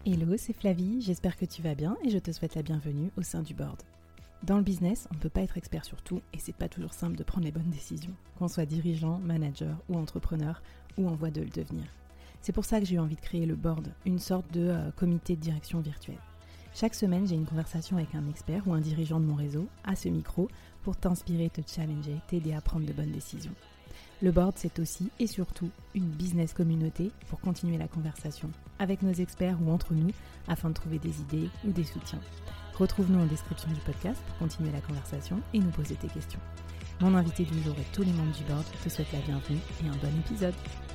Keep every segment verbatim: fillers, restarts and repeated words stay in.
Hello, c'est Flavie, j'espère que tu vas bien et je te souhaite la bienvenue au sein du board. Dans le business, on ne peut pas être expert sur tout et c'est pas toujours simple de prendre les bonnes décisions, qu'on soit dirigeant, manager ou entrepreneur ou en voie de le devenir. C'est pour ça que j'ai eu envie de créer le board, une sorte de euh, comité de direction virtuel. Chaque semaine, j'ai une conversation avec un expert ou un dirigeant de mon réseau à ce micro pour t'inspirer, te challenger, t'aider à prendre de bonnes décisions. Le board, c'est aussi et surtout une business communauté pour continuer la conversation avec nos experts ou entre nous afin de trouver des idées ou des soutiens. Retrouve-nous en description du podcast pour continuer la conversation et nous poser tes questions. Mon invité du jour et tous les membres du board te souhaitent la bienvenue et un bon épisode.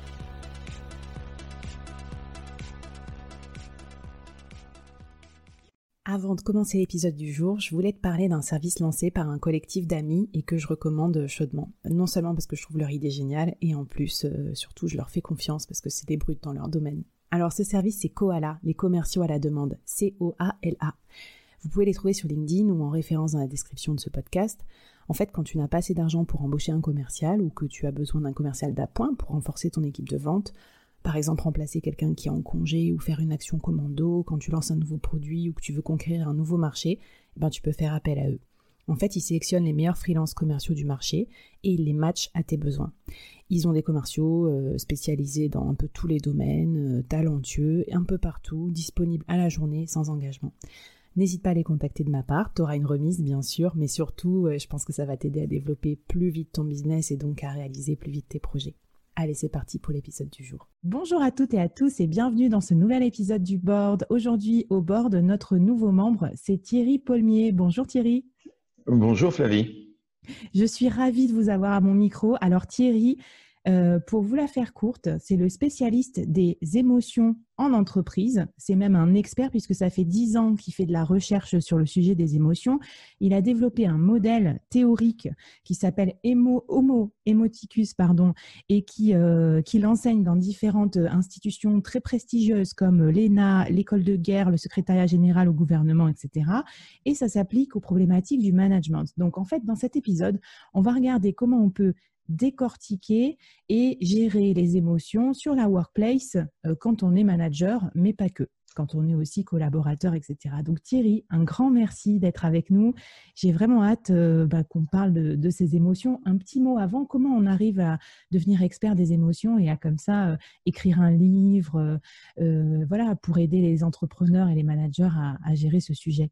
Avant de commencer l'épisode du jour, je voulais te parler d'un service lancé par un collectif d'amis et que je recommande chaudement. Non seulement parce que je trouve leur idée géniale, et en plus, euh, surtout, je leur fais confiance parce que c'est des brutes dans leur domaine. Alors ce service, c'est Koala, les commerciaux à la demande, C O A L A. Vous pouvez les trouver sur LinkedIn ou en référence dans la description de ce podcast. En fait, quand tu n'as pas assez d'argent pour embaucher un commercial ou que tu as besoin d'un commercial d'appoint pour renforcer ton équipe de vente, par exemple, remplacer quelqu'un qui est en congé ou faire une action commando quand tu lances un nouveau produit ou que tu veux conquérir un nouveau marché, eh ben, tu peux faire appel à eux. En fait, ils sélectionnent les meilleurs freelances commerciaux du marché et ils les matchent à tes besoins. Ils ont des commerciaux euh, spécialisés dans un peu tous les domaines, euh, talentueux, un peu partout, disponibles à la journée, sans engagement. N'hésite pas à les contacter de ma part, tu auras une remise bien sûr, mais surtout, euh, je pense que ça va t'aider à développer plus vite ton business et donc à réaliser plus vite tes projets. Allez, c'est parti pour l'épisode du jour. Bonjour à toutes et à tous et bienvenue dans ce nouvel épisode du board. Aujourd'hui, au board, notre nouveau membre, c'est Thierry Paulmier. Bonjour Thierry. Bonjour Flavie. Je suis ravie de vous avoir à mon micro. Alors Thierry, euh, pour vous la faire courte, c'est le spécialiste des émotions en entreprise. C'est même un expert puisque ça fait dix ans qu'il fait de la recherche sur le sujet des émotions. Il a développé un modèle théorique qui s'appelle Emo, Homo Emoticus pardon, et qui, euh, qui l'enseigne dans différentes institutions très prestigieuses comme l'E N A, l'école de guerre, le secrétariat général au gouvernement, et cetera. Et ça s'applique aux problématiques du management. Donc en fait, dans cet épisode, on va regarder comment on peut décortiquer et gérer les émotions sur la workplace euh, quand on est manager, mais pas que, quand on est aussi collaborateur, et cetera. Donc Thierry, un grand merci d'être avec nous. J'ai vraiment hâte euh, bah, qu'on parle de, de ces émotions. Un petit mot avant, comment on arrive à devenir expert des émotions et à comme ça euh, écrire un livre euh, euh, voilà, pour aider les entrepreneurs et les managers à, à gérer ce sujet?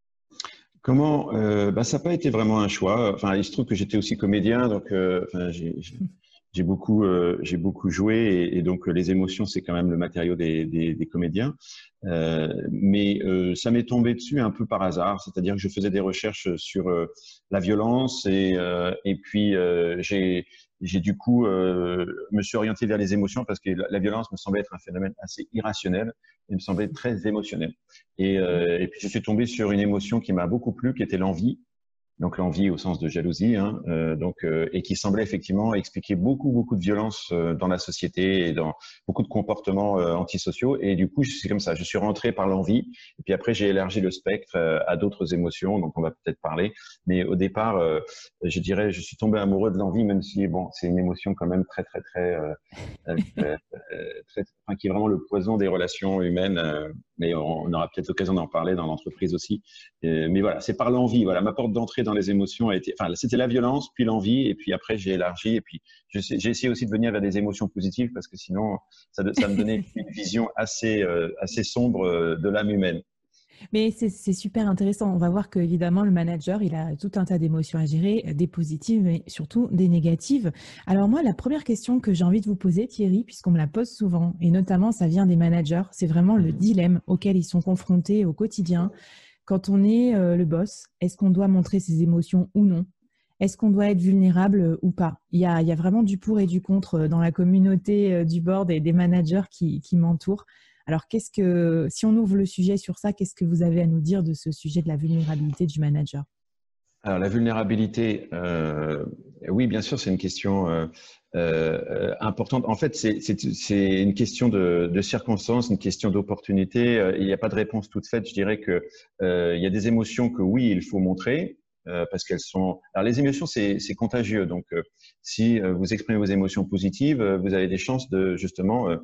Comment euh, bah, ça n'a pas été vraiment un choix. Enfin, il se trouve que j'étais aussi comédien, donc euh, enfin, j'ai, j'ai, j'ai beaucoup, euh, j'ai beaucoup joué et, et donc les émotions, c'est quand même le matériau des, des, des comédiens. Euh, mais euh, ça m'est tombé dessus un peu par hasard, c'est-à-dire que je faisais des recherches sur euh, la violence et, euh, et puis euh, j'ai, j'ai du coup euh, me suis orienté vers les émotions parce que la, la violence me semblait être un phénomène assez irrationnel et me semblait très émotionnel. Et, euh, et puis je suis tombé sur une émotion qui m'a beaucoup plu, qui était l'envie. Donc l'envie au sens de jalousie, hein, euh, donc euh, et qui semblait effectivement expliquer beaucoup beaucoup de violence euh, dans la société et dans beaucoup de comportements euh, antisociaux. Et du coup, c'est comme ça, je suis rentré par l'envie. Et puis après, j'ai élargi le spectre euh, à d'autres émotions, donc on va peut-être parler. Mais au départ, euh, je dirais, je suis tombé amoureux de l'envie, même si bon, c'est une émotion quand même très très très, euh, euh, euh, très enfin, qui est vraiment le poison des relations humaines. Euh, mais on, on aura peut-être l'occasion d'en parler dans l'entreprise aussi. Euh, mais voilà, c'est par l'envie. Voilà, ma porte d'entrée dans les émotions a été, enfin, c'était la violence, puis l'envie, et puis après j'ai élargi, et puis je sais, j'ai essayé aussi de venir vers des émotions positives parce que sinon ça, ça me donnait une vision assez, euh, assez sombre euh, de l'âme humaine. Mais c'est, c'est super intéressant. On va voir qu'évidemment, le manager, il a tout un tas d'émotions à gérer, des positives, mais surtout des négatives. Alors moi, la première question que j'ai envie de vous poser, Thierry, puisqu'on me la pose souvent, et notamment ça vient des managers, c'est vraiment le dilemme auquel ils sont confrontés au quotidien. Quand on est euh, le boss, est-ce qu'on doit montrer ses émotions ou non? Est-ce qu'on doit être vulnérable ou pas? Il y a, il y a vraiment du pour et du contre dans la communauté du board et des managers qui, qui m'entourent. Alors, qu'est-ce que, si on ouvre le sujet sur ça, qu'est-ce que vous avez à nous dire de ce sujet de la vulnérabilité du manager? Alors, la vulnérabilité, euh, oui, bien sûr, c'est une question euh, euh, importante. En fait, c'est, c'est, c'est une question de, de circonstances, une question d'opportunité. Il n'y a pas de réponse toute faite. Je dirais que euh, il y a des émotions que oui, il faut montrer. Euh, parce qu'elles sont. Alors les émotions, c'est, c'est contagieux. Donc, euh, si euh, vous exprimez vos émotions positives, euh, vous avez des chances de justement euh,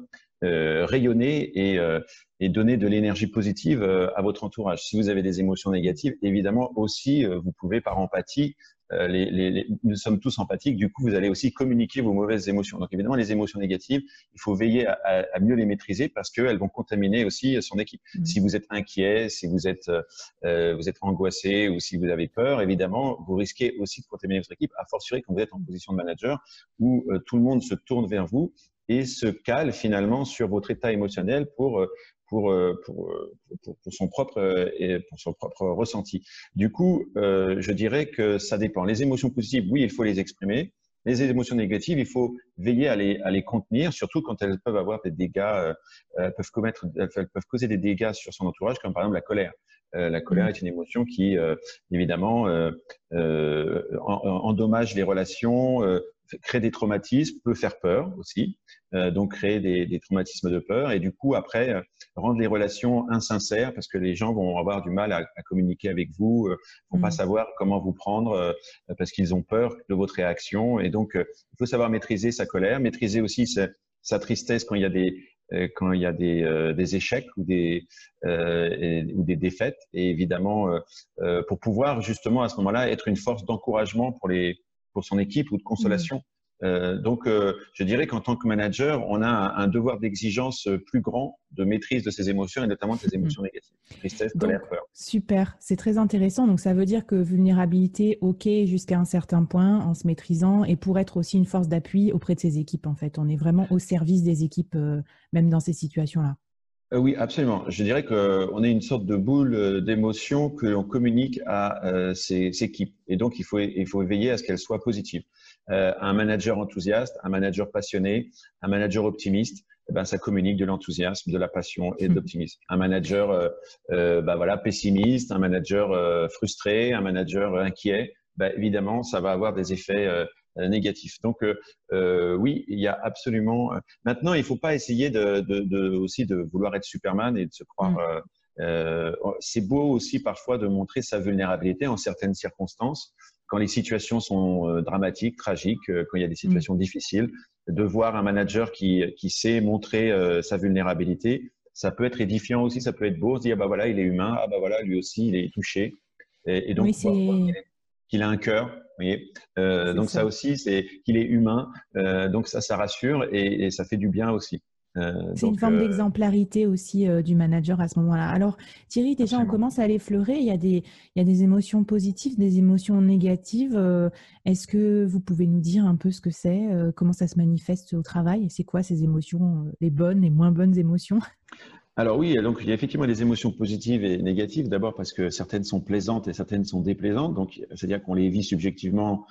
euh, rayonner et, euh, et donner de l'énergie positive euh, à votre entourage. Si vous avez des émotions négatives, évidemment aussi, euh, vous pouvez par empathie, euh, les, les, les, nous sommes tous empathiques, du coup, vous allez aussi communiquer vos mauvaises émotions. Donc évidemment, les émotions négatives, il faut veiller à, à, à mieux les maîtriser parce qu'elles vont contaminer aussi son équipe. Mmh. Si vous êtes inquiet, si vous êtes, euh, vous êtes angoissé ou si vous avez peur, évidemment, vous risquez aussi de contaminer votre équipe, à fortiori quand vous êtes en position de manager où euh, tout le monde se tourne vers vous et se cale finalement sur votre état émotionnel pour euh, Pour, pour, pour, pour, son propre, pour son propre ressenti. Du coup, euh, je dirais que ça dépend. Les émotions positives, oui, il faut les exprimer. Les émotions négatives, il faut veiller à les, à les contenir, surtout quand elles peuvent avoir des dégâts, euh, elles peuvent commettre, elles peuvent causer des dégâts sur son entourage, comme par exemple la colère. Euh, la colère mmh. est une émotion qui, euh, évidemment, euh, euh, endommage les relations, euh, crée des traumatismes, peut faire peur aussi, euh, donc créer des, des traumatismes de peur et du coup après euh, rendre les relations insincères parce que les gens vont avoir du mal à, à communiquer avec vous, euh, vont mmh. pas savoir comment vous prendre euh, parce qu'ils ont peur de votre réaction et donc euh, il faut savoir maîtriser sa colère, maîtriser aussi sa, sa tristesse quand il y a des euh, quand il y a des, euh, des échecs ou des euh, et, ou des défaites et évidemment euh, euh, pour pouvoir justement à ce moment-là être une force d'encouragement pour les pour son équipe ou de consolation. Mmh. Euh, donc, euh, je dirais qu'en tant que manager, on a un, un devoir d'exigence plus grand de maîtrise de ses émotions et notamment de ses émotions mmh. négatives. Tristesse, colère, donc, peur. Super, c'est très intéressant. Donc, ça veut dire que vulnérabilité, OK, jusqu'à un certain point, en se maîtrisant et pour être aussi une force d'appui auprès de ses équipes, en fait. On est vraiment au service des équipes, euh, même dans ces situations-là. Euh, oui, absolument. Je dirais qu'on est une sorte de boule d'émotions que l'on communique à euh, ses, ses équipes. Et donc, il faut, il faut veiller à ce qu'elles soient positives. Euh, un manager enthousiaste, un manager passionné, un manager optimiste, eh ben, ça communique de l'enthousiasme, de la passion et de l'optimisme. Un manager euh, euh, bah, voilà, pessimiste, un manager euh, frustré, un manager inquiet, bah, évidemment, ça va avoir des effets euh, négatifs. Donc, euh, euh, oui, il y a absolument… Maintenant, il ne faut pas essayer de, de, de, aussi de vouloir être Superman et de se croire… Mm. Euh, euh, c'est beau aussi parfois de montrer sa vulnérabilité en certaines circonstances, quand les situations sont euh, dramatiques, tragiques, euh, quand il y a des situations mm. difficiles, de voir un manager qui, qui sait montrer euh, sa vulnérabilité, ça peut être édifiant aussi, ça peut être beau, on se dit, ah bah voilà, il est humain, ah bah voilà, lui aussi, il est touché. Et, et donc, oui, voir qu'il a un cœur, vous voyez. Euh, donc ça. ça aussi, c'est qu'il est humain. Euh, donc ça, ça rassure et, et ça fait du bien aussi. Euh, c'est une forme euh... d'exemplarité aussi euh, du manager à ce moment-là. Alors Thierry, déjà Absolument. On commence à l'effleurer. Il y a des, il y a des émotions positives, des émotions négatives. Euh, est-ce que vous pouvez nous dire un peu ce que c'est, euh, comment ça se manifeste au travail et c'est quoi ces émotions, euh, les bonnes et moins bonnes émotions? Alors oui, donc il y a effectivement des émotions positives et négatives. D'abord parce que certaines sont plaisantes et certaines sont déplaisantes. Donc c'est-à-dire qu'on les vit subjectivement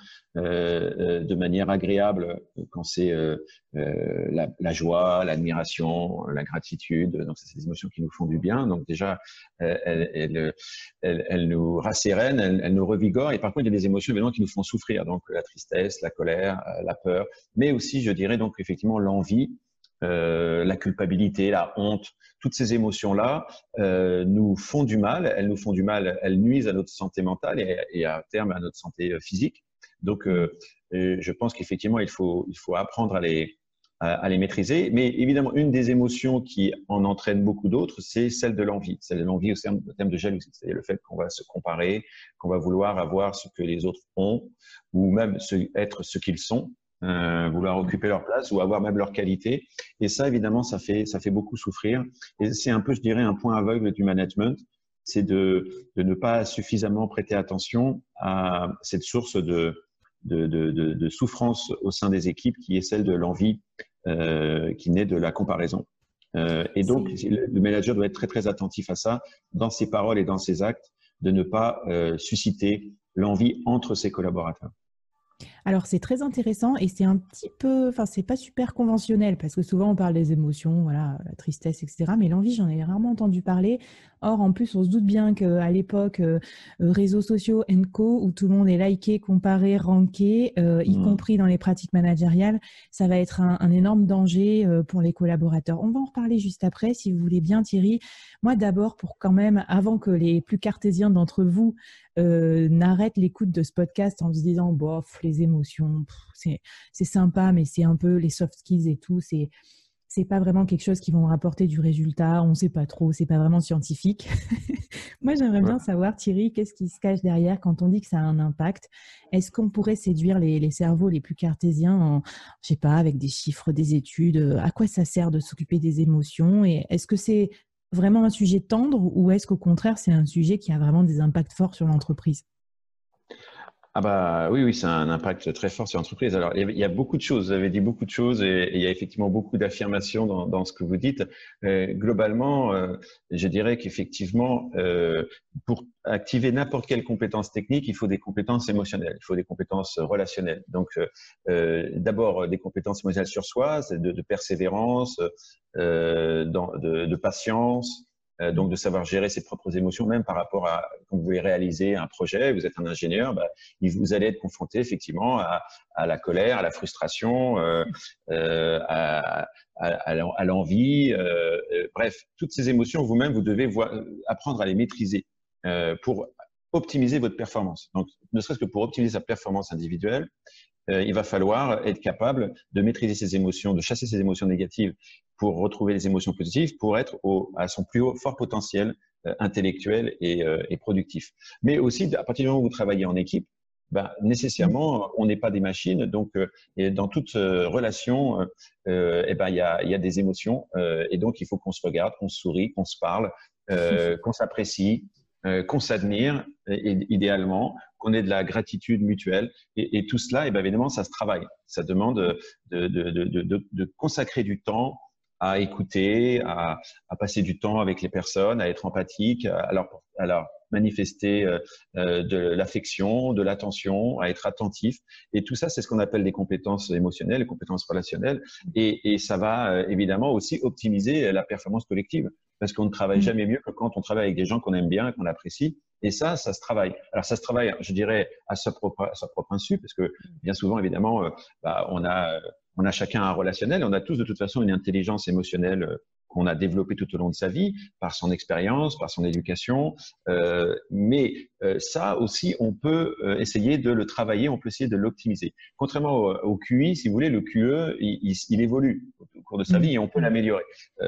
euh, de manière agréable quand c'est euh, euh, la, la joie, l'admiration, la gratitude. Donc c'est des émotions qui nous font du bien. Donc déjà elles, elles, elles, elles nous rassérénent, elles, elles nous revigorent. Et par contre il y a des émotions évidemment qui nous font souffrir. Donc la tristesse, la colère, la peur, mais aussi je dirais donc effectivement l'envie. Euh, la culpabilité, la honte, toutes ces émotions-là euh, nous font du mal. Elles nous font du mal, elles nuisent à notre santé mentale et, et à terme à notre santé physique. Donc, euh, je pense qu'effectivement, il faut, il faut apprendre à les, à, à les maîtriser. Mais évidemment, une des émotions qui en entraîne beaucoup d'autres, c'est celle de l'envie. Celle de l'envie au terme, au terme de jalousie. C'est le fait qu'on va se comparer, qu'on va vouloir avoir ce que les autres ont ou même se, être ce qu'ils sont. Euh, vouloir occuper leur place ou avoir même leur qualité. Et ça, évidemment, ça fait, ça fait beaucoup souffrir. Et c'est un peu, je dirais, un point aveugle du management, c'est de, de ne pas suffisamment prêter attention à cette source de, de, de, de, de souffrance au sein des équipes qui est celle de l'envie euh, qui naît de la comparaison. Euh, et donc, le manager doit être très, très attentif à ça, dans ses paroles et dans ses actes, de ne pas euh, susciter l'envie entre ses collaborateurs. Alors, c'est très intéressant et c'est un petit peu, enfin, c'est pas super conventionnel parce que souvent on parle des émotions, voilà, la tristesse, et cetera. Mais l'envie, j'en ai rarement entendu parler. Or, en plus, on se doute bien qu'à l'époque, euh, réseaux sociaux and co, où tout le monde est liké, comparé, ranké, euh, mmh. y compris dans les pratiques managériales, ça va être un, un énorme danger euh, pour les collaborateurs. On va en reparler juste après, si vous voulez bien, Thierry. Moi, d'abord, pour quand même, avant que les plus cartésiens d'entre vous euh, n'arrêtent l'écoute de ce podcast en se disant, bof, les émotions, c'est, c'est sympa, mais c'est un peu les soft skills et tout, c'est... c'est pas vraiment quelque chose qui vont rapporter du résultat, on sait pas trop, c'est pas vraiment scientifique. Moi, j'aimerais Ouais. bien savoir, Thierry, qu'est-ce qui se cache derrière quand on dit que ça a un impact? Est-ce qu'on pourrait séduire les, les cerveaux les plus cartésiens en, je sais pas, avec des chiffres, des études? À quoi ça sert de s'occuper des émotions? Et est-ce que c'est vraiment un sujet tendre ou est-ce qu'au contraire, c'est un sujet qui a vraiment des impacts forts sur l'entreprise? Ah bah oui, oui, c'est un impact très fort sur l'entreprise. Alors, il y a il y a beaucoup de choses. Vous avez dit beaucoup de choses et, et il y a effectivement beaucoup d'affirmations dans, dans ce que vous dites. Euh, globalement, euh, je dirais qu'effectivement, euh, pour activer n'importe quelle compétence technique, il faut des compétences émotionnelles, il faut des compétences relationnelles. Donc, euh, d'abord, des compétences émotionnelles sur soi, c'est de, de persévérance, euh, dans, de, de patience. Euh, donc, de savoir gérer ses propres émotions, même par rapport à quand vous voulez réaliser un projet, vous êtes un ingénieur, bah, vous allez être confronté effectivement à, à la colère, à la frustration, euh, euh, à, à, à l'envie. Euh, euh, bref, toutes ces émotions, vous-même, vous devez voir, apprendre à les maîtriser euh, pour optimiser votre performance. Donc, ne serait-ce que pour optimiser sa performance individuelle, euh, il va falloir être capable de maîtriser ses émotions, de chasser ses émotions négatives pour retrouver les émotions positives, pour être au, à son plus haut, fort potentiel euh, intellectuel et, euh, et productif. Mais aussi, à partir du moment où vous travaillez en équipe, ben, nécessairement, on n'est pas des machines. Donc, euh, et dans toute euh, relation, euh, eh ben, il y a, y a des émotions. Euh, et donc, il faut qu'on se regarde, qu'on se sourie, qu'on se parle, euh, qu'on s'apprécie, euh, qu'on s'admire, et, et, idéalement, qu'on ait de la gratitude mutuelle. Et, et tout cela, eh ben, évidemment, ça se travaille. Ça demande de, de, de, de, de consacrer du temps à écouter, à, à passer du temps avec les personnes, à être empathique, à leur, à leur manifester euh, de l'affection, de l'attention, à être attentif. Et tout ça, c'est ce qu'on appelle les compétences émotionnelles, les compétences relationnelles. Et, et ça va euh, évidemment aussi optimiser la performance collective, parce qu'on ne travaille jamais mieux que quand on travaille avec des gens qu'on aime bien, qu'on apprécie. Et ça, ça se travaille. Alors, ça se travaille, je dirais, à sa propre, à sa propre insu, parce que bien souvent, évidemment, euh, bah, on a, on a chacun un relationnel. On a tous, de toute façon, une intelligence émotionnelle euh, qu'on a développée tout au long de sa vie, par son expérience, par son éducation. Euh, mais euh, ça aussi, on peut euh, essayer de le travailler, on peut essayer de l'optimiser. Contrairement au, au Q I, si vous voulez, le Q E, il, il, il évolue au cours de sa vie et on peut l'améliorer.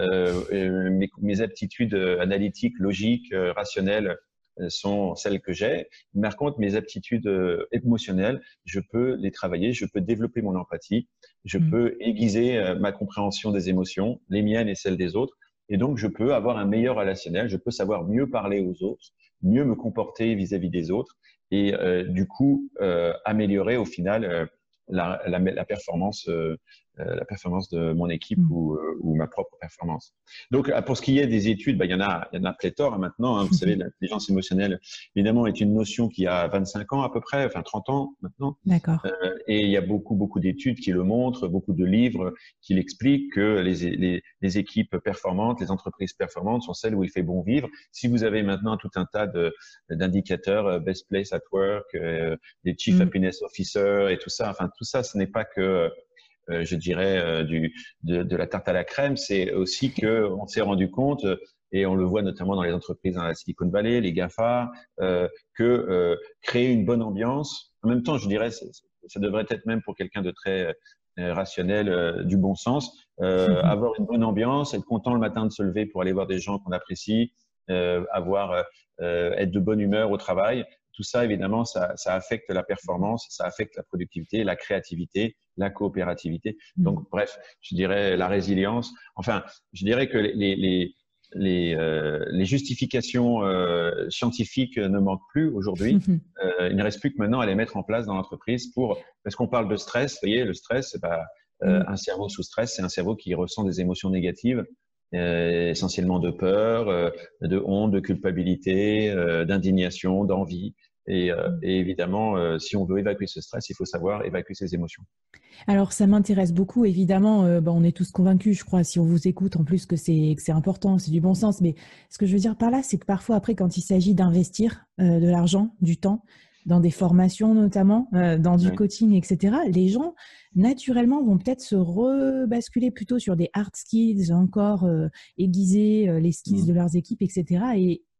Euh, mes, mes aptitudes analytiques, logiques, euh, rationnelles, sont celles que j'ai. Mais par contre, mes aptitudes euh, émotionnelles, je peux les travailler, je peux développer mon empathie, je mmh. peux aiguiser euh, ma compréhension des émotions, les miennes et celles des autres. Et donc, je peux avoir un meilleur relationnel, je peux savoir mieux parler aux autres, mieux me comporter vis-à-vis des autres et euh, du coup, euh, améliorer au final euh, la, la, la performance euh, la performance de mon équipe mmh. ou, euh, ou ma propre performance. Donc, pour ce qui est des études, bah, il y en a, il y en a pléthore hein, maintenant. Hein, vous mmh. savez, l'intelligence émotionnelle, évidemment, est une notion qui a vingt-cinq ans à peu près, enfin trente ans maintenant. D'accord. Euh, et il y a beaucoup, beaucoup d'études qui le montrent, beaucoup de livres qui l'expliquent que les, les, les équipes performantes, les entreprises performantes sont celles où il fait bon vivre. Si vous avez maintenant tout un tas de, d'indicateurs, Best Place at Work, euh, des Chief mmh. Happiness Officer et tout ça, enfin tout ça, ce n'est pas que Euh, je dirais, euh, du, de, de la tarte à la crème, c'est aussi que on s'est rendu compte, et on le voit notamment dans les entreprises dans la Silicon Valley, les GAFA, euh, que euh, créer une bonne ambiance, en même temps, je dirais, ça devrait être même pour quelqu'un de très euh, rationnel, euh, du bon sens, euh, avoir une bonne ambiance, être content le matin de se lever pour aller voir des gens qu'on apprécie, euh, avoir, euh, être de bonne humeur au travail. Tout ça, évidemment, ça, ça affecte la performance, ça affecte la productivité, la créativité, la coopérativité. Donc, mmh. bref, je dirais la résilience. Enfin, je dirais que les, les, les, euh, les justifications euh, scientifiques ne manquent plus aujourd'hui. Mmh. Euh, il ne reste plus que maintenant à les mettre en place dans l'entreprise pour, parce qu'on parle de stress, vous voyez, le stress, c'est pas, euh, mmh. un cerveau sous stress, c'est un cerveau qui ressent des émotions négatives. Euh, essentiellement de peur, euh, de honte, de culpabilité, euh, d'indignation, d'envie. Et, euh, et évidemment, euh, si on veut évacuer ce stress, il faut savoir évacuer ses émotions. Alors, ça m'intéresse beaucoup, évidemment. Euh, bah, on est tous convaincus, je crois, si on vous écoute, en plus, que c'est, que c'est important, c'est du bon sens. Mais ce que je veux dire par là, c'est que parfois, après, quand il s'agit d'investir euh, de l'argent, du temps, dans des formations notamment, euh, dans du oui. coaching, et cetera, les gens, naturellement, vont peut-être se rebasculer plutôt sur des hard skills, encore euh, aiguiser euh, les skills mmh. de leurs équipes, et cetera. Et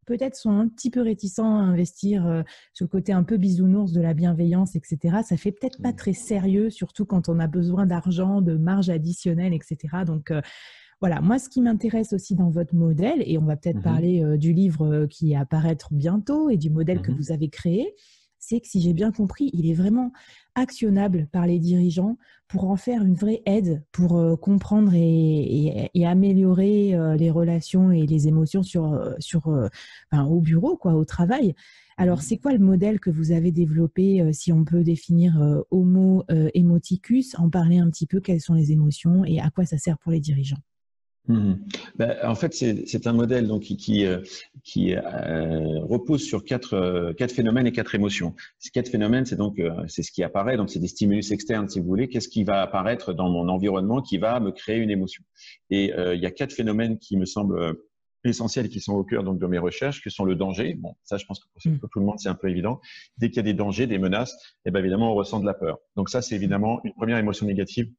peut-être sont un petit peu réticents à investir euh, sur le côté un peu bisounours de la bienveillance, et cetera. Ça fait peut-être pas très sérieux, surtout quand on a besoin d'argent, de marge additionnelle, et cetera. Donc, euh, voilà, moi, ce qui m'intéresse aussi dans votre modèle, et on va peut-être Mhm. parler euh, du livre euh, qui est à paraître bientôt et du modèle que Mhm. vous avez créé, c'est que si j'ai bien compris, il est vraiment actionnable par les dirigeants pour en faire une vraie aide pour euh, comprendre et, et- et améliorer euh, les relations et les émotions sur, euh, sur, euh, enfin, au bureau, quoi, au travail. Alors, Mhm. c'est quoi le modèle que vous avez développé, euh, si on peut définir euh, Homo euh, Emoticus, en parler un petit peu, quelles sont les émotions et à quoi ça sert pour les dirigeants? Mhm. Ben, en fait, c'est c'est un modèle donc qui qui, euh, qui euh, repose sur quatre euh, quatre phénomènes et quatre émotions. Ces quatre phénomènes, c'est donc euh, c'est ce qui apparaît, donc c'est des stimulus externes, si vous voulez. Qu'est-ce qui va apparaître dans mon environnement qui va me créer une émotion? Et euh, il y a quatre phénomènes qui me semblent euh, essentiels et qui sont au cœur donc de mes recherches, que sont le danger. Bon, ça, je pense que pour, Mm. pour tout le monde, c'est un peu évident. Dès qu'il y a des dangers, des menaces, eh ben évidemment, on ressent de la peur. Donc ça, c'est évidemment une première émotion négative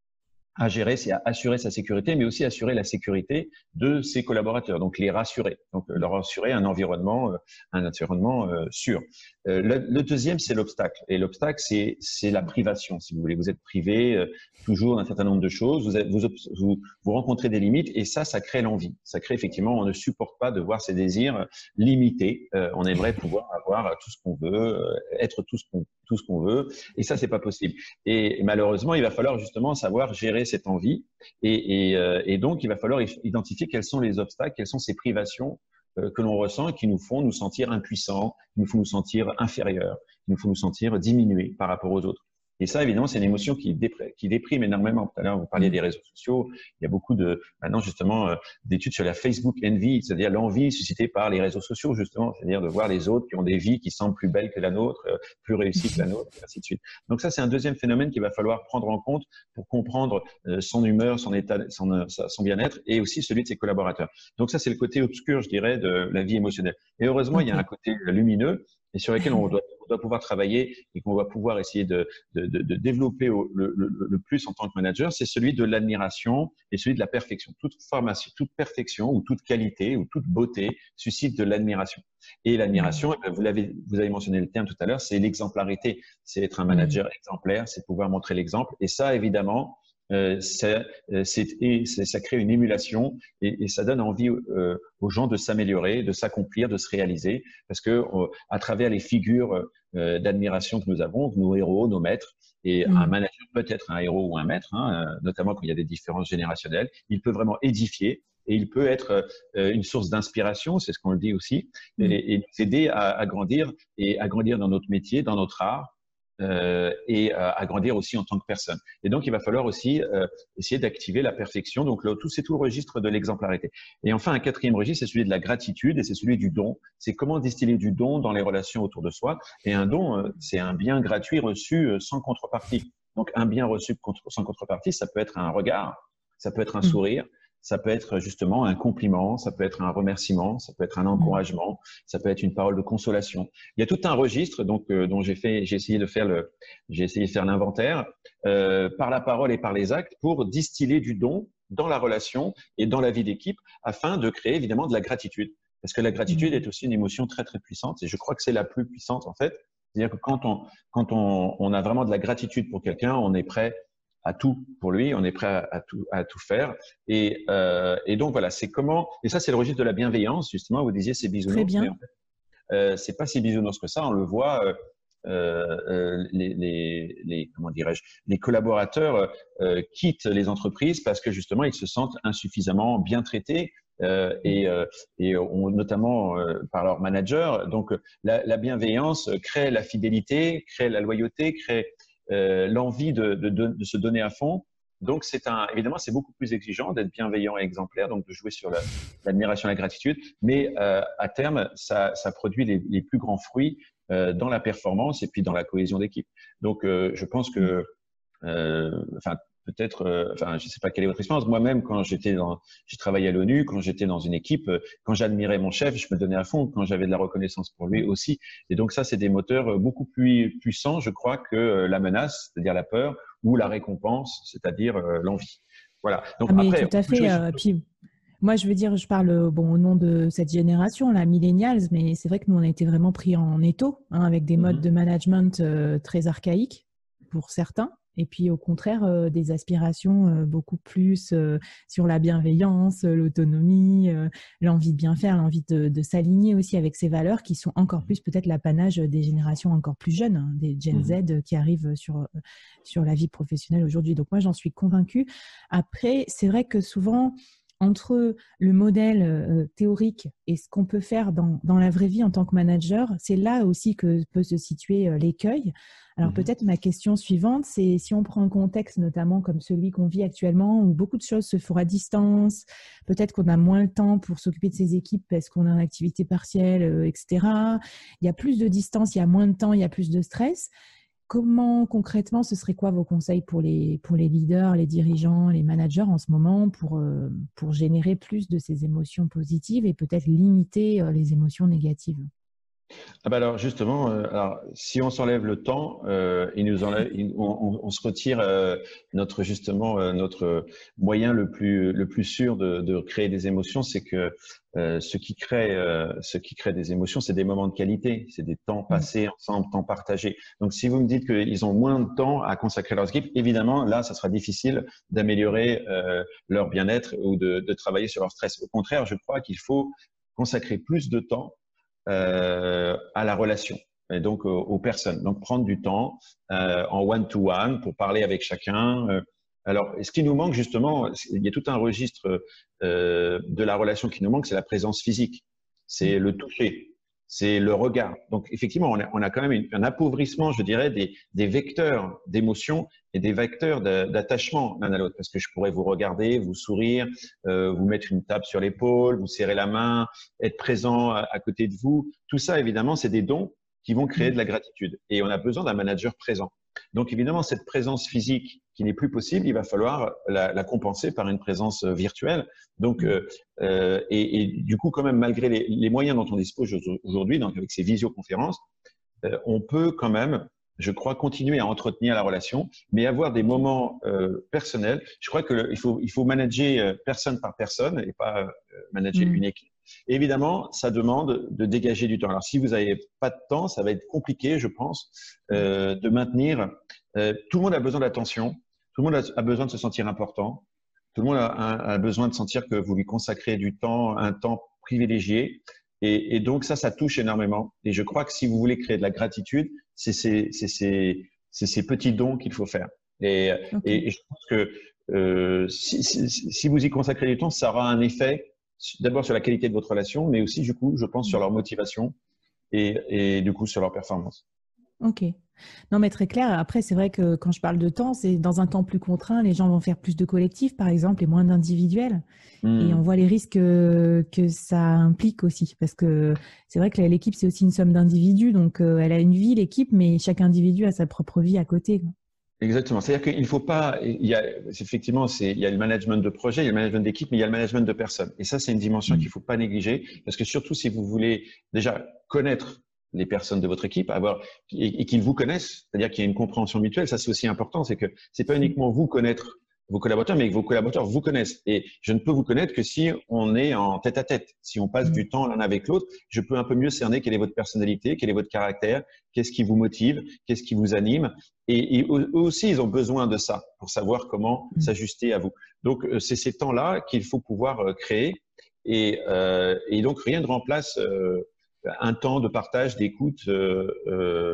à gérer, c'est à assurer sa sécurité, mais aussi assurer la sécurité de ses collaborateurs, donc les rassurer, donc euh, leur assurer un environnement, euh, un environnement euh, sûr. Euh, le, le, deuxième, c'est l'obstacle, et l'obstacle, c'est c'est la privation, si vous voulez. Vous êtes privé euh, toujours d'un certain nombre de choses, vous, êtes, vous, vous vous rencontrez des limites, et ça, ça crée l'envie. Ça crée effectivement, on ne supporte pas de voir ses désirs limités. Euh, on aimerait pouvoir avoir tout ce qu'on veut, euh, être tout ce qu'on tout ce qu'on veut, et ça, c'est pas possible. Et, et malheureusement, il va falloir justement savoir gérer cette envie. Et, et, euh, et donc, il va falloir identifier quels sont les obstacles, quelles sont ces privations euh, que l'on ressent et qui nous font nous sentir impuissants, qui nous font nous sentir inférieurs, qui nous font nous sentir diminués par rapport aux autres. Et ça, évidemment, c'est une émotion qui, dépr qui déprime énormément. Tout à l'heure, vous parliez des réseaux sociaux. Il y a beaucoup de, maintenant, justement, euh, d'études sur la Facebook envy, c'est-à-dire l'envie suscitée par les réseaux sociaux, justement, c'est-à-dire de voir les autres qui ont des vies qui semblent plus belles que la nôtre, euh, plus réussies que la nôtre, et ainsi de suite. Donc ça, c'est un deuxième phénomène qu'il va falloir prendre en compte pour comprendre euh, son humeur, son état, son, euh, son bien-être et aussi celui de ses collaborateurs. Donc ça, c'est le côté obscur, je dirais, de la vie émotionnelle. Et heureusement, il y a un Ok. côté lumineux et sur lequel on doit, on doit pouvoir travailler et qu'on va pouvoir essayer de, de, de, de développer au, le, le, le plus en tant que manager, c'est celui de l'admiration et celui de la perfection. Toute formation, toute perfection ou toute qualité ou toute beauté suscite de l'admiration. Et l'admiration, Mm. vous l'avez, vous avez mentionné le terme tout à l'heure, c'est l'exemplarité. C'est être un Mm. manager exemplaire, c'est pouvoir montrer l'exemple. Et ça, évidemment, euh, c'est, c'est, et c'est, ça crée une émulation et, et ça donne envie euh, aux gens de s'améliorer, de s'accomplir, de se réaliser, parce que euh, à travers les figures euh, d'admiration que nous avons, nos héros, nos maîtres, et un Mm. manager peut être un héros ou un maître, hein, euh, notamment quand il y a des différences générationnelles, il peut vraiment édifier et il peut être euh, une source d'inspiration, c'est ce qu'on le dit aussi, Mm. et, et nous aider à, à grandir et à grandir dans notre métier, dans notre art, euh, et euh, à grandir aussi en tant que personne. Et donc, il va falloir aussi euh, essayer d'activer la perfection. Donc, là, tout c'est tout le registre de l'exemplarité. Et enfin, un quatrième registre, c'est celui de la gratitude et c'est celui du don. C'est comment distiller du don dans les relations autour de soi. Et un don, euh, c'est un bien gratuit reçu euh, sans contrepartie. Donc, un bien reçu contre, sans contrepartie, ça peut être un regard, ça peut être un Mm. sourire, ça peut être justement un compliment, ça peut être un remerciement, ça peut être un Mm. encouragement, ça peut être une parole de consolation. Il y a tout un registre donc euh, dont j'ai fait, j'ai essayé de faire le, j'ai essayé de faire l'inventaire euh, par la parole et par les actes pour distiller du don dans la relation et dans la vie d'équipe afin de créer évidemment de la gratitude. Parce que la gratitude Mm. est aussi une émotion très très puissante et je crois que c'est la plus puissante en fait. C'est-à-dire que quand on quand on, on a vraiment de la gratitude pour quelqu'un, on est prêt à tout pour lui, on est prêt à, à tout à tout faire. Et, euh, et donc voilà, c'est comment. Et ça, c'est le registre de la bienveillance justement. Vous disiez c'est Très bisounours, mais bien. en fait, euh, c'est pas si bisounours que ça. On le voit. Euh, euh, les, les, les comment dirais-je, les collaborateurs euh, quittent les entreprises parce que justement ils se sentent insuffisamment bien traités euh, et, euh, et on, notamment euh, par leur manager. Donc la, la bienveillance crée la fidélité, crée la loyauté, crée euh, l'envie de, de, de, de se donner à fond. Donc c'est un, évidemment c'est beaucoup plus exigeant d'être bienveillant et exemplaire, donc de jouer sur la, l'admiration et la gratitude, mais euh, à terme ça, ça produit les, les plus grands fruits euh, dans la performance et puis dans la cohésion d'équipe. Donc euh, je pense que, euh, enfin peut-être, euh, enfin je sais pas quelle est votre expérience. Moi-même quand j'étais dans, j'ai travaillé à l'ONU, quand j'étais dans une équipe, euh, quand j'admirais mon chef, je me donnais à fond. Quand j'avais de la reconnaissance pour lui aussi. Et donc ça c'est des moteurs beaucoup plus puissants, je crois, que euh, la menace, c'est-à-dire la peur, ou la récompense, c'est-à-dire euh, l'envie. Voilà. Donc Ah mais après, tout on à peut fait. jouer sur Euh, tout. puis Moi, je veux dire, je parle bon, au nom de cette génération, la millennials, mais c'est vrai que nous, on a été vraiment pris en étau, hein, avec des modes Mhm. de management euh, très archaïques pour certains. Et puis, au contraire, euh, des aspirations euh, beaucoup plus euh, sur la bienveillance, euh, l'autonomie, euh, l'envie de bien faire, l'envie de, de s'aligner aussi avec ces valeurs qui sont encore plus peut-être l'apanage des générations encore plus jeunes, hein, des Gen Z Mhm. euh, qui arrivent sur, euh, sur la vie professionnelle aujourd'hui. Donc, moi, j'en suis convaincue. Après, c'est vrai que souvent, entre le modèle euh, théorique et ce qu'on peut faire dans, dans la vraie vie en tant que manager, c'est là aussi que peut se situer euh, l'écueil. Alors Mhm. peut-être ma question suivante, c'est si on prend un contexte notamment comme celui qu'on vit actuellement, où beaucoup de choses se font à distance, peut-être qu'on a moins le temps pour s'occuper de ses équipes parce qu'on est en activité partielle, euh, et cetera. Il y a plus de distance, il y a moins de temps, il y a plus de stress. Comment concrètement, ce serait quoi vos conseils pour les, pour les leaders, les dirigeants, les managers en ce moment pour, euh, pour générer plus de ces émotions positives et peut-être limiter euh, les émotions négatives? Ah bah alors justement, euh, alors, si on s'enlève le temps, euh, il nous enlève, il- on, on- on se retire euh, notre justement euh, notre moyen le plus le plus sûr de, de créer des émotions, c'est que euh, ce qui crée euh, ce qui crée des émotions, c'est des moments de qualité, c'est des temps Mm. passés ensemble, temps partagés. Donc si vous me dites qu'ils ont moins de temps à consacrer à leurs équipes, évidemment là, ça sera difficile d'améliorer euh, leur bien-être ou de, de travailler sur leur stress. Au contraire, je crois qu'il faut consacrer plus de temps euh, à la relation et donc aux, aux personnes. Donc prendre du temps euh, en one-to-one pour parler avec chacun. Euh, alors, ce qui nous manque justement, il y a tout un registre euh, de la relation qui nous manque, c'est la présence physique, c'est le toucher, c'est le regard. Donc effectivement, on a, on a quand même une, un appauvrissement, je dirais, des, des vecteurs d'émotion et des vecteurs d'attachement l'un à l'autre, parce que je pourrais vous regarder, vous sourire, euh, vous mettre une tape sur l'épaule, vous serrer la main, être présent à, à côté de vous. Tout ça, évidemment, c'est des dons qui vont créer Mm. de la gratitude. Et on a besoin d'un manager présent. Donc, évidemment, cette présence physique qui n'est plus possible, il va falloir la, la compenser par une présence virtuelle. Donc, Mm. euh, euh, et, et, du coup, quand même, malgré les, les moyens dont on dispose aujourd'hui, donc avec ces visioconférences, euh, on peut quand même, je crois, continuer à entretenir la relation, mais avoir des Ok. moments euh, personnels. Je crois qu'il faut, il faut manager euh, personne par personne et pas euh, manager Mm. une équipe. Et évidemment, ça demande de dégager du temps. Alors, si vous n'avez pas de temps, ça va être compliqué, je pense, euh, de maintenir. Euh, tout le monde a besoin d'attention. Tout le monde a, a besoin de se sentir important. Tout le monde a, a, a besoin de sentir que vous lui consacrez du temps, un temps privilégié. Et, et donc ça, ça touche énormément. Et je crois que si vous voulez créer de la gratitude, c'est ces, c'est ces, c'est ces petits dons qu'il faut faire. Et, Ok. et, et je pense que euh, si, si, si vous y consacrez du temps, ça aura un effet d'abord sur la qualité de votre relation, mais aussi du coup, je pense, sur Mm. leur motivation et, et du coup sur leur performance. Ok. Non, mais très clair. Après, c'est vrai que quand je parle de temps, c'est dans un temps plus contraint, les gens vont faire plus de collectifs, par exemple, et moins d'individuels. Et on Mmh. voit les risques que, que ça implique aussi. Parce que c'est vrai que l'équipe, c'est aussi une somme d'individus. Donc, euh, elle a une vie, l'équipe, mais chaque individu a sa propre vie à côté. Exactement. C'est-à-dire qu'il ne faut pas, il y a, effectivement, c'est, il y a le management de projet, il y a le management d'équipe, mais il y a le management de personnes. Et ça, c'est une dimension qu'il Mm. ne faut pas négliger, parce que surtout si vous voulez déjà connaître les personnes de votre équipe, avoir, et, et qu'ils vous connaissent, c'est-à-dire qu'il y a une compréhension mutuelle, ça c'est aussi important, c'est que c'est pas uniquement vous connaître vos collaborateurs, mais que vos collaborateurs vous connaissent. Et je ne peux vous connaître que si on est en tête à tête, si on passe Mm. du temps l'un avec l'autre, je peux un peu mieux cerner quelle est votre personnalité, quel est votre caractère, qu'est-ce qui vous motive, qu'est-ce qui vous anime. Et, et eux aussi, ils ont besoin de ça pour savoir comment Mm. s'ajuster à vous. Donc, c'est ces temps-là qu'il faut pouvoir créer. Et, euh, et donc, rien ne remplace euh, un temps de partage, d'écoute euh, euh,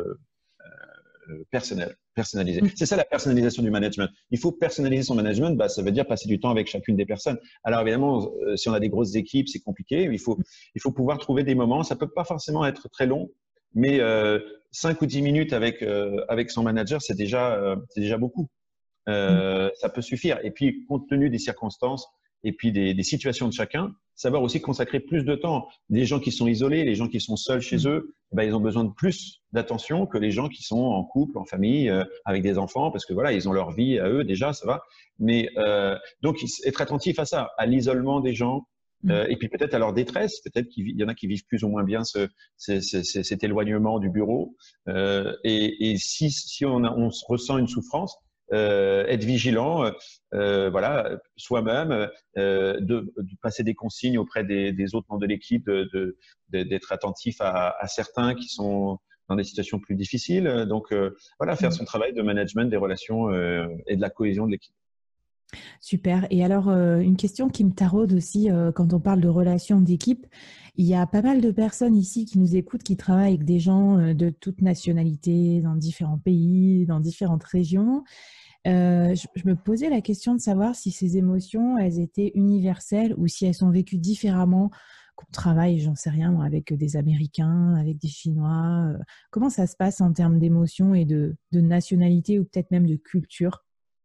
personnel, personnalisé. Mm. C'est ça la personnalisation du management. Il faut personnaliser son management, bah, ça veut dire passer du temps avec chacune des personnes. Alors évidemment, euh, si on a des grosses équipes, c'est compliqué. Il faut, il faut pouvoir trouver des moments. Ça peut pas forcément être très long, mais euh, cinq ou dix minutes avec euh, avec son manager, c'est déjà euh, c'est déjà beaucoup. Mm. Euh, ça peut suffire. Et puis, compte tenu des circonstances et puis des, des situations de chacun, savoir aussi consacrer plus de temps. Les gens qui sont isolés, les gens qui sont seuls chez Mm. eux, ben, ils ont besoin de plus d'attention que les gens qui sont en couple, en famille, euh, avec des enfants, parce que voilà, ils ont leur vie à eux déjà, ça va. Mais euh, donc, être attentif à ça, à l'isolement des gens, Mm. euh, et puis peut-être à leur détresse. Peut-être qu'il y en a qui vivent plus ou moins bien ce, ce, ce, cet éloignement du bureau. Euh, et, et si, si on, a, on ressent une souffrance, euh, être vigilant, euh, voilà, soi-même, euh, de, de passer des consignes auprès des, des autres membres de l'équipe, de, de, de, d'être attentif à, à certains qui sont dans des situations plus difficiles. Donc, euh, voilà, faire son travail de management des relations euh, et de la cohésion de l'équipe. Super. Et alors, euh, une question qui me taraude aussi euh, quand on parle de relations d'équipe, il y a pas mal de personnes ici qui nous écoutent, qui travaillent avec des gens euh, de toutes nationalités, dans différents pays, dans différentes régions. Euh, je, je me posais la question de savoir si ces émotions, elles étaient universelles ou si elles sont vécues différemment qu'on travaille, j'en sais rien, moi, avec des Américains, avec des Chinois. Euh, comment ça se passe en termes d'émotions et de, de nationalité ou peut-être même de culture?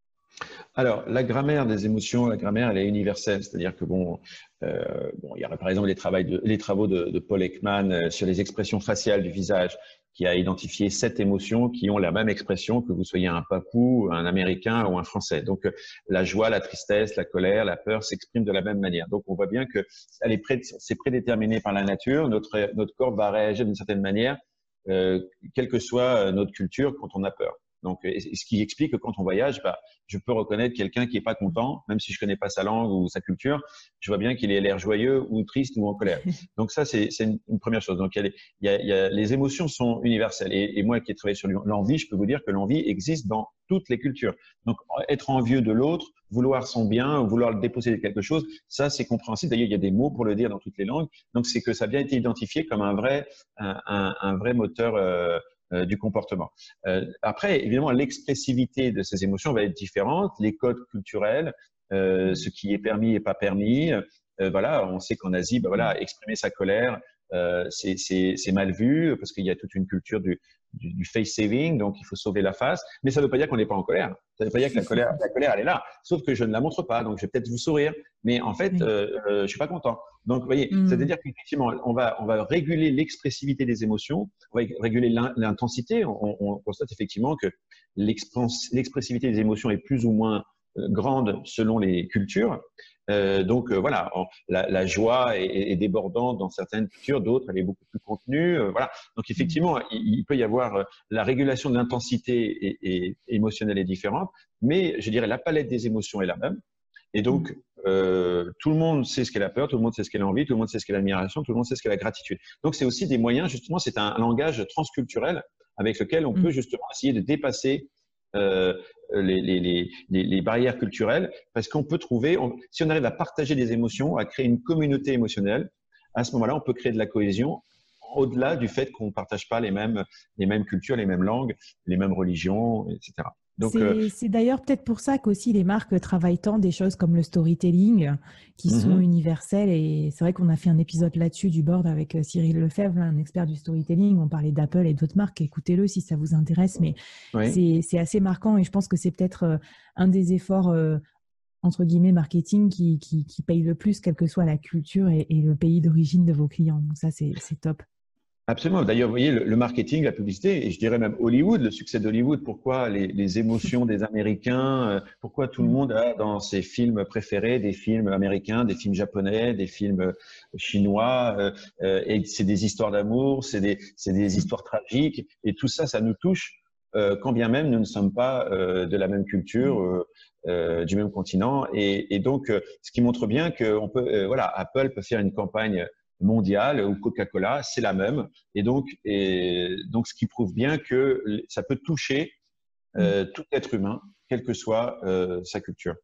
Alors, la grammaire des émotions, la grammaire, elle est universelle. C'est-à-dire que, bon, euh, bon, il y a par exemple les, de, les travaux de, de Paul Ekman euh, sur les expressions faciales du visage, qui a identifié sept émotions qui ont la même expression que vous soyez un Papou, un Américain ou un Français. Donc, euh, la joie, la tristesse, la colère, la peur s'expriment de la même manière. Donc, on voit bien que c'est prédéterminé par la nature. Notre, notre corps va réagir d'une certaine manière, euh, quelle que soit notre culture, quand on a peur. Donc, ce qui explique que quand on voyage, bah, je peux reconnaître quelqu'un qui est pas content, même si je connais pas sa langue ou sa culture. Je vois bien qu'il ait l'air joyeux ou triste ou en colère. Donc ça, c'est une, une première chose. Donc, il y a les, il y a, il y a, les émotions sont universelles. Et, et moi qui ai travaillé sur l'envie, je peux vous dire que l'envie existe dans toutes les cultures. Donc, être envieux de l'autre, vouloir son bien, vouloir le déposséder de quelque chose, ça, c'est compréhensible. D'ailleurs, il y a des mots pour le dire dans toutes les langues. Donc, c'est que ça a bien été identifié comme un vrai, un, un, un vrai moteur euh, Euh, du comportement. Euh, après, évidemment, l'expressivité de ces émotions va être différente, les codes culturels, euh, ce qui est permis et pas permis. Euh, voilà, on sait qu'en Asie, ben voilà, exprimer sa colère, euh, c'est mal vu parce qu'il y a toute une culture du, du, du face saving, donc il faut sauver la face. Mais ça ne veut pas dire qu'on n'est pas en colère. Ça ne veut pas dire que la colère, la colère, elle est là. Sauf que je ne la montre pas, donc je vais peut-être vous sourire, mais en fait, euh, euh, je suis pas content. Donc, vous voyez, mm. c'est-à-dire qu'effectivement, on va, on va réguler l'expressivité des émotions, on va réguler l'intensité. On, on constate effectivement que l'expressivité des émotions est plus ou moins grande selon les cultures. Euh, donc euh, voilà, on, la, la joie est, est débordante dans certaines cultures, d'autres elle est beaucoup plus contenue. Euh, voilà. Donc effectivement, il, il peut y avoir euh, la régulation de l'intensité et, et, émotionnelle est différente, mais je dirais la palette des émotions est la même. Et donc euh, tout le monde sait ce qu'est la peur, tout le monde sait ce qu'est l'envie, tout le monde sait ce qu'est l'admiration, tout le monde sait ce qu'est la gratitude. Donc c'est aussi des moyens, justement, c'est un, un langage transculturel avec lequel on mmh. peut justement essayer de dépasser Euh, les, les, les, les barrières culturelles, parce qu'on peut trouver, on, si on arrive à partager des émotions, à créer une communauté émotionnelle, à ce moment-là, on peut créer de la cohésion au-delà du fait qu'on ne partage pas les mêmes, les mêmes cultures, les mêmes langues, les mêmes religions, et cetera. C'est euh, d'ailleurs peut-être pour ça qu'aussi les marques travaillent tant des choses comme le storytelling qui mm-hmm. sont universelles. Et c'est vrai qu'on a fait un épisode là-dessus du board avec Cyril Lefebvre, un expert du storytelling. On parlait d'Apple et d'autres marques. Écoutez-le si ça vous intéresse. Mais oui. c'est assez marquant et je pense que c'est peut-être euh, un des efforts euh, entre guillemets marketing qui, qui, qui paye le plus, quelle que soit la culture et, et le pays d'origine de vos clients. Donc ça, c'est top. Absolument. D'ailleurs, vous voyez, le, le marketing, la publicité, et je dirais même Hollywood, le succès d'Hollywood, pourquoi les, les émotions des Américains, euh, pourquoi tout le monde a dans ses films préférés des films américains, des films japonais, des films chinois, euh, euh, et c'est des histoires d'amour, c'est des, des histoires tragiques, et tout ça, ça nous touche, euh, quand bien même nous ne sommes pas euh, de la même culture, euh, euh, du même continent, et, et donc, euh, ce qui montre bien que on peut, euh, voilà, Apple peut faire une campagne mondiale ou Coca-Cola, c'est la même. Et donc, et donc, ce qui prouve bien que ça peut toucher euh, tout être humain, quelle que soit euh, sa culture.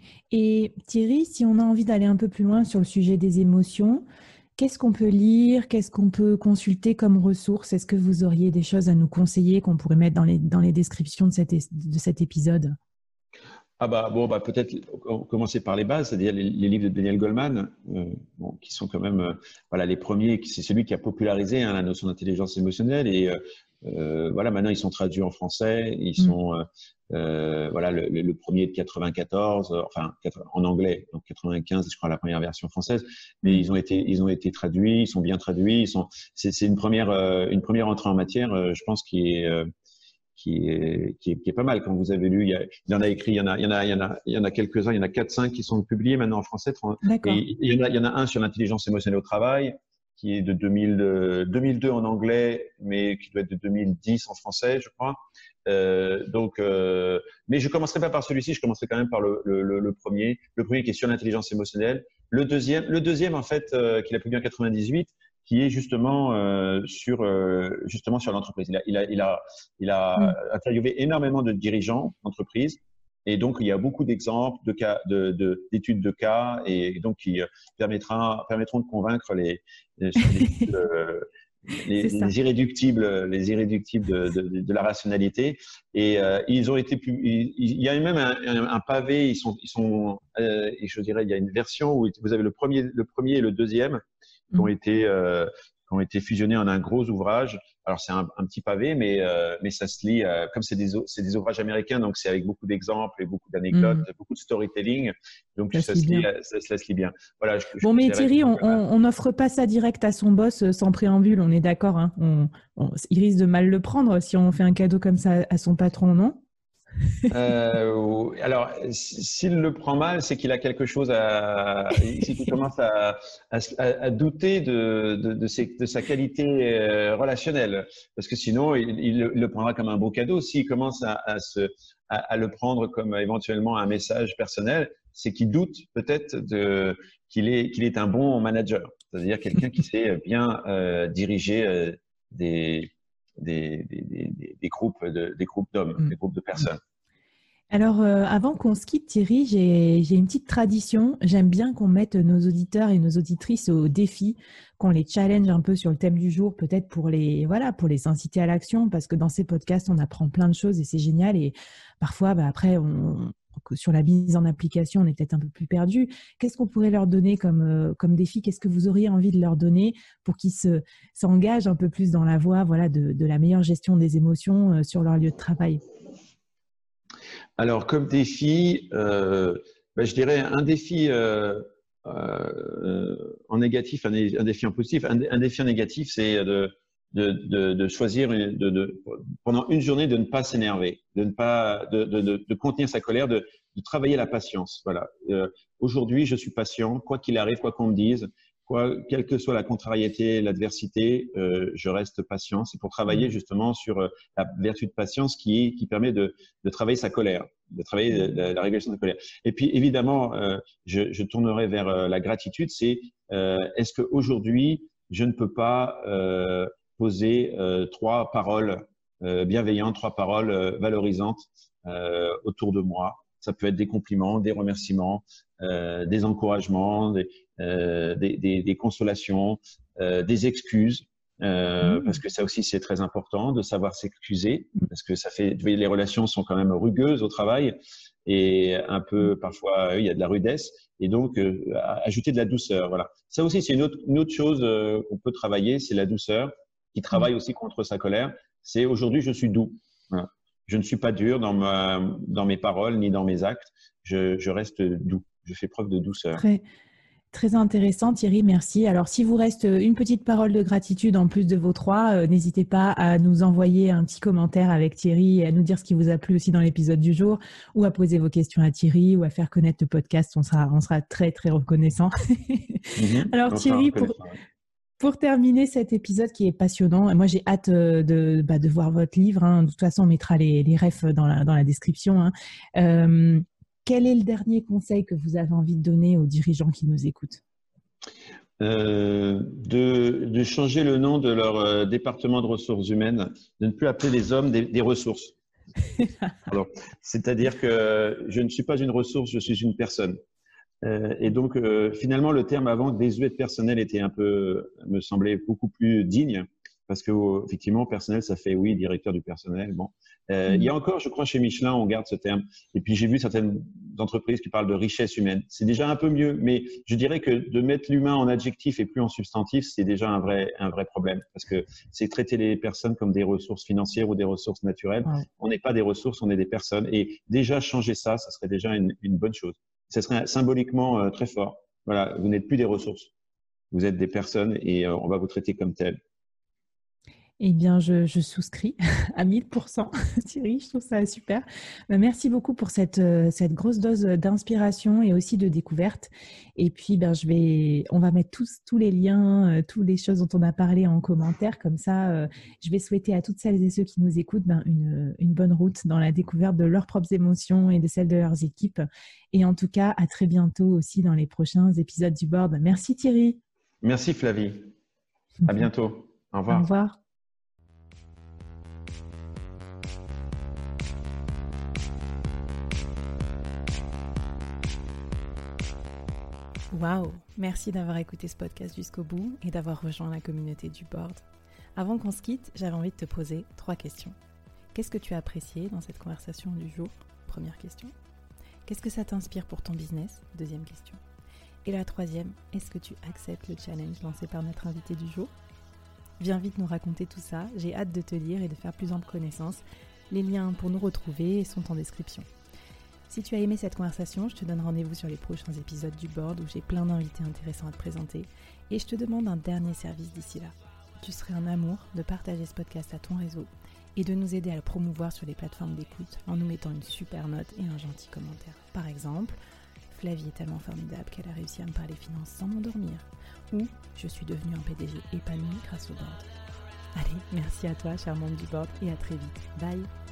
Et Thierry, si on a envie d'aller un peu plus loin sur le sujet des émotions, qu'est-ce qu'on peut lire? Qu'est-ce qu'on peut consulter comme ressources? Est-ce que vous auriez des choses à nous conseiller qu'on pourrait mettre dans les, dans les descriptions de cet, de cet épisode? Ah bah bon bah peut-être commencer par les bases, c'est-à-dire les, les livres de Daniel Goleman, euh, bon, qui sont quand même euh, voilà les premiers, c'est celui qui a popularisé hein, la notion d'intelligence émotionnelle et euh, euh, voilà maintenant ils sont traduits en français, ils sont euh, euh, voilà le, le premier de quatre-vingt-quatorze, enfin en anglais donc quatre-vingt-quinze je crois la première version française, mais ils ont été ils ont été traduits, ils sont bien traduits, ils sont c'est une première euh, une première entrée en matière, euh, je pense qui est euh, Qui est, qui, est, qui est pas mal. Quand vous avez lu, il, y a, il y en a écrit, il y en a, il y en a, il y en a, il y en a quelques-uns, il y en a quatre, cinq qui sont publiés maintenant en français. Et il y en a, il y en a un sur l'intelligence émotionnelle au travail. qui est de deux mille, euh, deux mille deux en anglais, mais qui doit être de deux mille dix en français, je crois. Euh, donc, euh, mais je commencerai pas par celui-ci, je commencerai quand même par le, le, le, le premier, le premier qui est sur l'intelligence émotionnelle. Le deuxième, le deuxième en fait, euh, qu'il a publié en quatre-vingt-dix-huit, qui est justement euh, sur euh, justement sur l'entreprise. Il a, il a, il a, il a Mm. interviewé énormément de dirigeants d'entreprises. Et donc, il y a beaucoup d'exemples, de cas, de, de, d'études de cas, et donc qui permettra, permettront de convaincre les, les, euh, les, les irréductibles, les irréductibles de, de, de la rationalité. Et euh, ils ont été, il, il y a même un, un, un pavé. Ils sont, ils sont, euh, et je dirais, il y a une version où vous avez le premier, le premier et le deuxième qui ont été, euh, qui ont été fusionnés en un gros ouvrage. Alors c'est un, un petit pavé, mais euh, mais ça se lit euh, comme c'est des c'est des ouvrages américains, donc c'est avec beaucoup d'exemples et beaucoup d'anecdotes, mmh. beaucoup de storytelling, donc ça, ça se lit, ça, ça se lit bien. Voilà. Je, bon, je mais Thierry, on n'offre pas ça direct à son boss sans préambule, on est d'accord, hein, on, on, il risque de mal le prendre si on fait un cadeau comme ça à son patron, non? Euh, alors, s'il le prend mal, c'est qu'il a quelque chose à. S'il commence à, à, à douter de, de, de, ses, de sa qualité relationnelle, parce que sinon, il, il le prendra comme un beau cadeau. S'il commence à, à, se, à, à le prendre comme éventuellement un message personnel, c'est qu'il doute peut-être de, qu'il est, qu'il est un bon manager, c'est-à-dire quelqu'un qui sait bien euh, diriger euh, des, des, des, des, des groupes de, des groupes d'hommes, mmh. des groupes de personnes. Alors, euh, avant qu'on se quitte, Thierry, j'ai, j'ai une petite tradition. J'aime bien qu'on mette nos auditeurs et nos auditrices au défi, qu'on les challenge un peu sur le thème du jour, peut-être pour les, voilà, pour les inciter à l'action, parce que dans ces podcasts, on apprend plein de choses et c'est génial. Et parfois, bah, après, on, sur la mise en application, on est peut-être un peu plus perdu. Qu'est-ce qu'on pourrait leur donner comme, euh, comme défi? Qu'est-ce que vous auriez envie de leur donner pour qu'ils se, s'engagent un peu plus dans la voie, voilà, de, de la meilleure gestion des émotions euh, sur leur lieu de travail? Alors, comme défi, euh, ben, je dirais un défi euh, euh, en négatif, un, un défi en positif. Un, un défi en négatif, c'est de, de, de, de choisir de, de, pendant une journée de ne pas s'énerver, de ne pas de, de, de, de contenir sa colère, de, de travailler la patience. Voilà. Euh, aujourd'hui, je suis patient, quoi qu'il arrive, quoi qu'on me dise. Quoi, quelle que soit la contrariété, l'adversité, euh, je reste patient. C'est pour travailler justement sur euh, la vertu de patience qui, qui permet de, de travailler sa colère, de travailler la, la régulation de la colère. Et puis évidemment, euh, je, je tournerai vers euh, la gratitude. C'est euh, est-ce qu'aujourd'hui, je ne peux pas euh, poser euh, trois paroles euh, bienveillantes, trois paroles euh, valorisantes euh, autour de moi. Ça peut être des compliments, des remerciements, euh, des encouragements, des, euh, des, des, des consolations, euh, des excuses, euh, mmh. parce que ça aussi c'est très important de savoir s'excuser, parce que ça fait, les relations sont quand même rugueuses au travail et un peu parfois il y a de la rudesse et donc euh, ajouter de la douceur. Voilà. Ça aussi c'est une autre, une autre chose euh, qu'on peut travailler, c'est la douceur qui travaille aussi contre sa colère. C'est aujourd'hui je suis doux. Voilà. Je ne suis pas dur dans, ma, dans mes paroles ni dans mes actes. Je, je reste doux. Je fais preuve de douceur. Très, très intéressant, Thierry. Merci. Alors, s'il vous reste une petite parole de gratitude en plus de vos trois, euh, n'hésitez pas à nous envoyer un petit commentaire avec Thierry et à nous dire ce qui vous a plu aussi dans l'épisode du jour ou à poser vos questions à Thierry ou à faire connaître le podcast. On sera, on sera très, très reconnaissants. Mm-hmm. Alors, Thierry, pour... Pour terminer cet épisode qui est passionnant, moi j'ai hâte de, bah, de voir votre livre. Hein. De toute façon, on mettra les, les refs dans la, dans la description. Hein. Euh, quel est le dernier conseil que vous avez envie de donner aux dirigeants qui nous écoutent? euh, de, de changer le nom de leur euh, département de ressources humaines, de ne plus appeler les hommes des, des ressources. Alors, c'est-à-dire que je ne suis pas une ressource, je suis une personne. Euh, et donc, euh, finalement, le terme avant désuet de personnel était un peu, me semblait beaucoup plus digne, parce que euh, effectivement, personnel, ça fait oui, directeur du personnel. Bon, euh, mmh. il y a encore, je crois, chez Michelin, on garde ce terme. Et puis j'ai vu certaines entreprises qui parlent de richesse humaine. C'est déjà un peu mieux, mais je dirais que de mettre l'humain en adjectif et plus en substantif, c'est déjà un vrai, un vrai problème, parce que c'est traiter les personnes comme des ressources financières ou des ressources naturelles. Ouais. On n'est pas des ressources, on est des personnes. Et déjà changer ça, ça serait déjà une, une bonne chose. Ça serait symboliquement euh, très fort. Voilà, vous n'êtes plus des ressources. Vous êtes des personnes et euh, on va vous traiter comme telles. Eh bien, je, je souscris à mille pour cent, Thierry, je trouve ça super. Ben, merci beaucoup pour cette, euh, cette grosse dose d'inspiration et aussi de découverte. Et puis, ben, je vais, on va mettre tous, tous les liens, euh, toutes les choses dont on a parlé en commentaire. Comme ça, euh, je vais souhaiter à toutes celles et ceux qui nous écoutent ben, une, une bonne route dans la découverte de leurs propres émotions et de celles de leurs équipes. Et en tout cas, à très bientôt aussi dans les prochains épisodes du board. Merci Thierry. Merci Flavie. À bientôt. Au revoir. Au revoir. Waouh! Merci d'avoir écouté ce podcast jusqu'au bout et d'avoir rejoint la communauté du board. Avant qu'on se quitte, j'avais envie de te poser trois questions. Qu'est-ce que tu as apprécié dans cette conversation du jour? Première question. Qu'est-ce que ça t'inspire pour ton business? Deuxième question. Et la troisième, est-ce que tu acceptes le challenge lancé par notre invité du jour? Viens vite nous raconter tout ça, j'ai hâte de te lire et de faire plus ample connaissance. Les liens pour nous retrouver sont en description. Si tu as aimé cette conversation, je te donne rendez-vous sur les prochains épisodes du board où j'ai plein d'invités intéressants à te présenter et je te demande un dernier service d'ici là. Tu serais un amour de partager ce podcast à ton réseau et de nous aider à le promouvoir sur les plateformes d'écoute en nous mettant une super note et un gentil commentaire. Par exemple, Flavie est tellement formidable qu'elle a réussi à me parler finances sans m'endormir, ou je suis devenue un P D G épanoui grâce au board. Allez, merci à toi, cher membre du board, et à très vite. Bye!